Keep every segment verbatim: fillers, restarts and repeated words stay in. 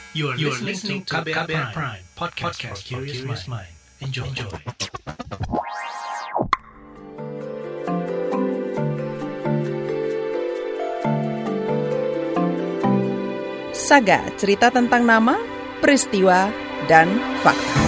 You are, you are listening to K B R Prime, podcast, podcast for curious mind. Enjoy. Enjoy. Saga, cerita tentang nama, peristiwa, dan fakta.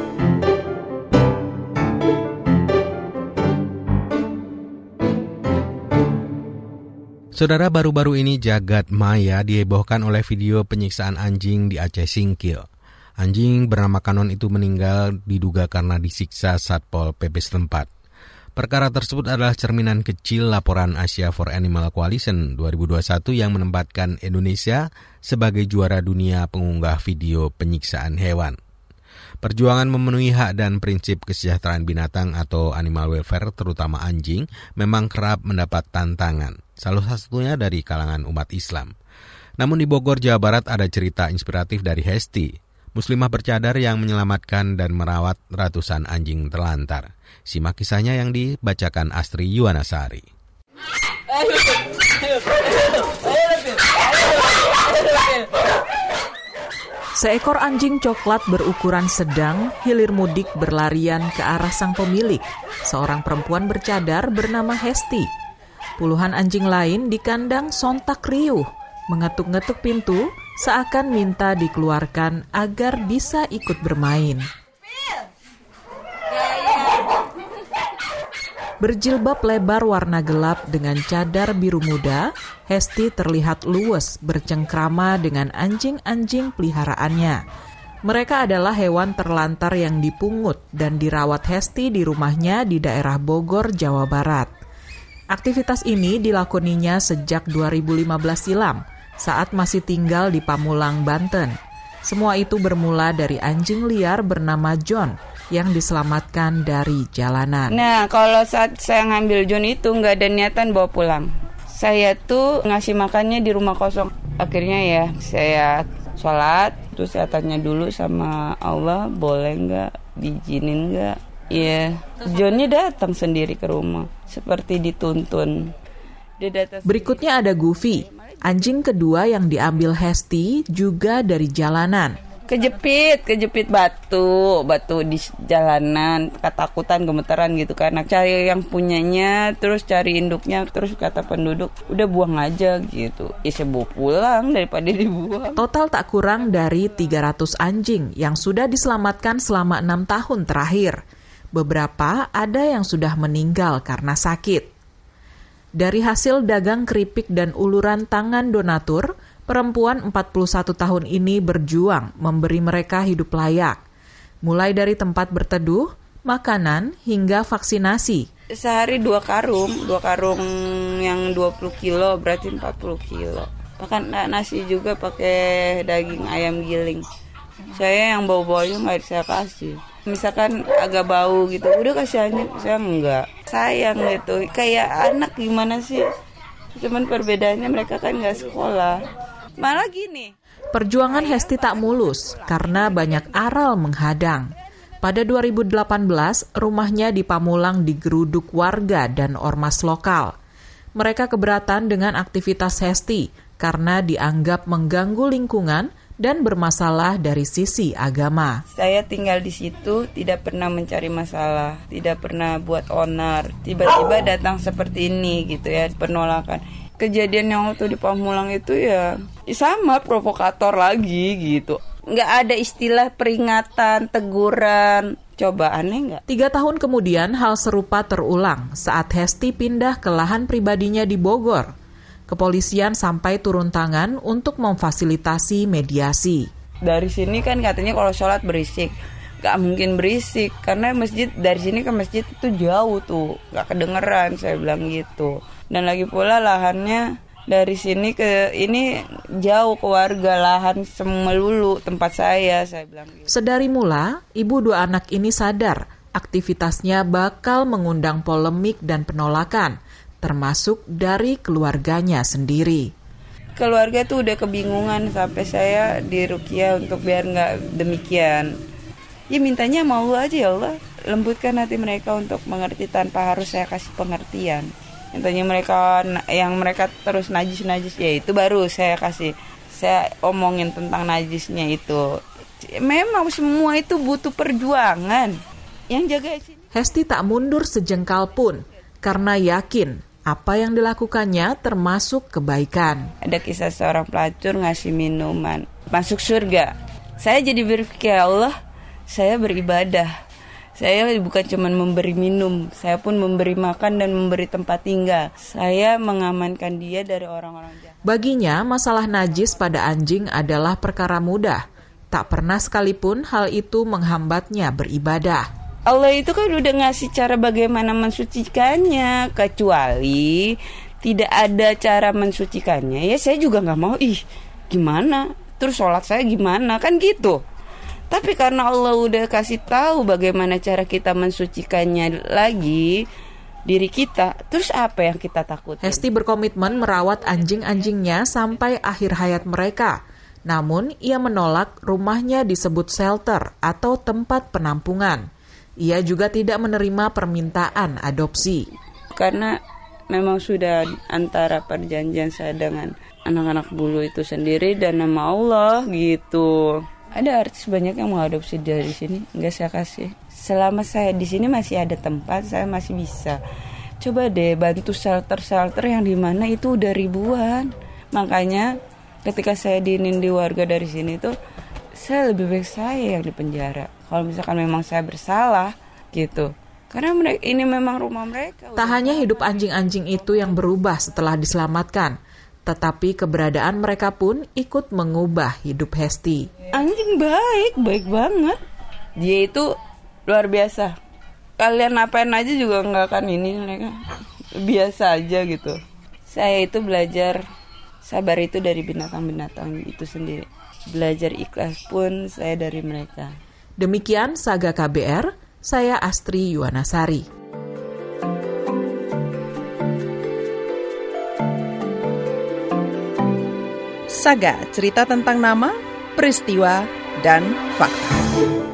Saudara, baru-baru ini jagat maya dihebohkan oleh video penyiksaan anjing di Aceh Singkil. Anjing bernama Kanon itu meninggal diduga karena disiksa Satpol P P setempat. Perkara tersebut adalah cerminan kecil laporan Asia for Animal Coalition dua ribu dua puluh satu yang menempatkan Indonesia sebagai juara dunia pengunggah video penyiksaan hewan. Perjuangan memenuhi hak dan prinsip kesejahteraan binatang atau animal welfare, terutama anjing, memang kerap mendapat tantangan. Salah satunya dari kalangan umat Islam. Namun di Bogor, Jawa Barat ada cerita inspiratif dari Hesti, muslimah bercadar yang menyelamatkan dan merawat ratusan anjing terlantar. Simak kisahnya yang dibacakan Astri Yuwanasari. Seekor anjing coklat berukuran sedang hilir mudik berlarian ke arah sang pemilik, seorang perempuan bercadar bernama Hesti. Puluhan anjing lain di kandang sontak riuh, mengetuk-ngetuk pintu seakan minta dikeluarkan agar bisa ikut bermain. Berjilbab lebar warna gelap dengan cadar biru muda, Hesti terlihat luwes bercengkrama dengan anjing-anjing peliharaannya. Mereka adalah hewan terlantar yang dipungut dan dirawat Hesti di rumahnya di daerah Bogor, Jawa Barat. Aktivitas ini dilakoninya sejak dua ribu lima belas silam, saat masih tinggal di Pamulang, Banten. Semua itu bermula dari anjing liar bernama John yang diselamatkan dari jalanan. Nah, kalau saat saya ngambil John itu nggak ada niatan bawa pulang. Saya tuh ngasih makannya di rumah kosong. Akhirnya ya saya sholat, terus saya tanya dulu sama Allah, boleh nggak, diizinin nggak? Iya, Johnnya datang sendiri ke rumah, seperti dituntun. Dia datang. Berikutnya ada Goofy, anjing kedua yang diambil Hesti juga dari jalanan. Kejepit, kejepit batu, batu di jalanan, ketakutan, gemetaran gitu karena cari yang punyanya, terus cari induknya, terus kata penduduk, udah buang aja gitu. Ya saya bawa pulang daripada dibuang. Total tak kurang dari tiga ratus anjing yang sudah diselamatkan selama enam tahun terakhir. Beberapa ada yang sudah meninggal karena sakit. Dari hasil dagang keripik dan uluran tangan donatur, perempuan empat puluh satu tahun ini berjuang memberi mereka hidup layak. Mulai dari tempat berteduh, makanan, hingga vaksinasi. Sehari dua karung, dua karung yang dua puluh kilo berarti empat puluh kilo. Bahkan nasi juga pakai daging ayam giling. Saya yang bau-baunya nggak saya kasih. Misalkan agak bau gitu, udah kasih aja, saya enggak. Sayang gitu, kayak anak gimana sih? Cuman perbedaannya mereka kan nggak sekolah. Malah gini. Perjuangan Hesti tak mulus karena banyak aral menghadang. Pada dua ribu delapan belas, rumahnya di Pamulang digeruduk warga dan ormas lokal. Mereka keberatan dengan aktivitas Hesti karena dianggap mengganggu lingkungan dan bermasalah dari sisi agama. Saya tinggal di situ, tidak pernah mencari masalah, tidak pernah buat onar. Tiba-tiba datang seperti ini gitu ya, penolakan. Kejadian yang waktu di Pamulang itu ya sama provokator lagi gitu. Nggak ada istilah peringatan, teguran. Coba aneh nggak? Tiga tahun kemudian hal serupa terulang saat Hesti pindah ke lahan pribadinya di Bogor. Kepolisian sampai turun tangan untuk memfasilitasi mediasi. Dari sini kan katanya kalau sholat berisik. Gak mungkin berisik, karena masjid dari sini ke masjid itu jauh tuh. Gak kedengeran, saya bilang gitu. Dan lagi pula lahannya dari sini ke ini jauh ke warga, lahan Semelulu tempat saya, saya bilang gitu. Sedari mula, ibu dua anak ini sadar aktivitasnya bakal mengundang polemik dan penolakan, termasuk dari keluarganya sendiri. Keluarga tuh udah kebingungan sampai saya diruqyah untuk biar nggak demikian. Ya mintanya mau aja ya Allah, lembutkan hati mereka untuk mengerti tanpa harus saya kasih pengertian. Mintanya mereka yang mereka terus najis-najis ya itu baru saya kasih saya omongin tentang najisnya itu. Memang semua itu butuh perjuangan. Yang jaga sini. Hesti tak mundur sejengkal pun karena yakin apa yang dilakukannya termasuk kebaikan. Ada kisah seorang pelacur ngasih minuman, masuk surga. Saya jadi berpikir, ya Allah, saya beribadah. Saya bukan cuma memberi minum, saya pun memberi makan dan memberi tempat tinggal. Saya mengamankan dia dari orang-orang jahat. Baginya, masalah najis pada anjing adalah perkara mudah. Tak pernah sekalipun hal itu menghambatnya beribadah. Allah itu kan udah ngasih cara bagaimana mensucikannya. Kecuali tidak ada cara mensucikannya, ya saya juga gak mau, ih gimana, terus sholat saya gimana, kan gitu. Tapi karena Allah udah kasih tahu bagaimana cara kita mensucikannya lagi diri kita, terus apa yang kita takutin? Hesti berkomitmen merawat anjing-anjingnya sampai akhir hayat mereka. Namun ia menolak rumahnya disebut shelter atau tempat penampungan. Ia juga tidak menerima permintaan adopsi. Karena memang sudah antara perjanjian saya dengan anak-anak bulu itu sendiri dan nama Allah gitu. Ada artis banyak yang mau adopsi dari sini, enggak saya kasih. Selama saya di sini masih ada tempat, saya masih bisa. Coba deh bantu shelter-shelter yang di mana itu udah ribuan. Makanya ketika saya diinin di warga dari sini tuh, saya lebih baik saya yang di penjara. Kalau misalkan memang saya bersalah gitu. Karena mereka, ini memang rumah mereka. Tak hanya hidup anjing-anjing itu yang berubah setelah diselamatkan, tetapi keberadaan mereka pun ikut mengubah hidup Hesti. Anjing baik, baik banget. Dia itu luar biasa. Kalian apain aja juga nggak akan ini, mereka biasa aja gitu. Saya itu belajar sabar itu dari binatang-binatang itu sendiri. Belajar ikhlas pun saya dari mereka. Demikian Saga K B R, saya Astri Yuwanasari. Saga, cerita tentang nama, peristiwa, dan fakta.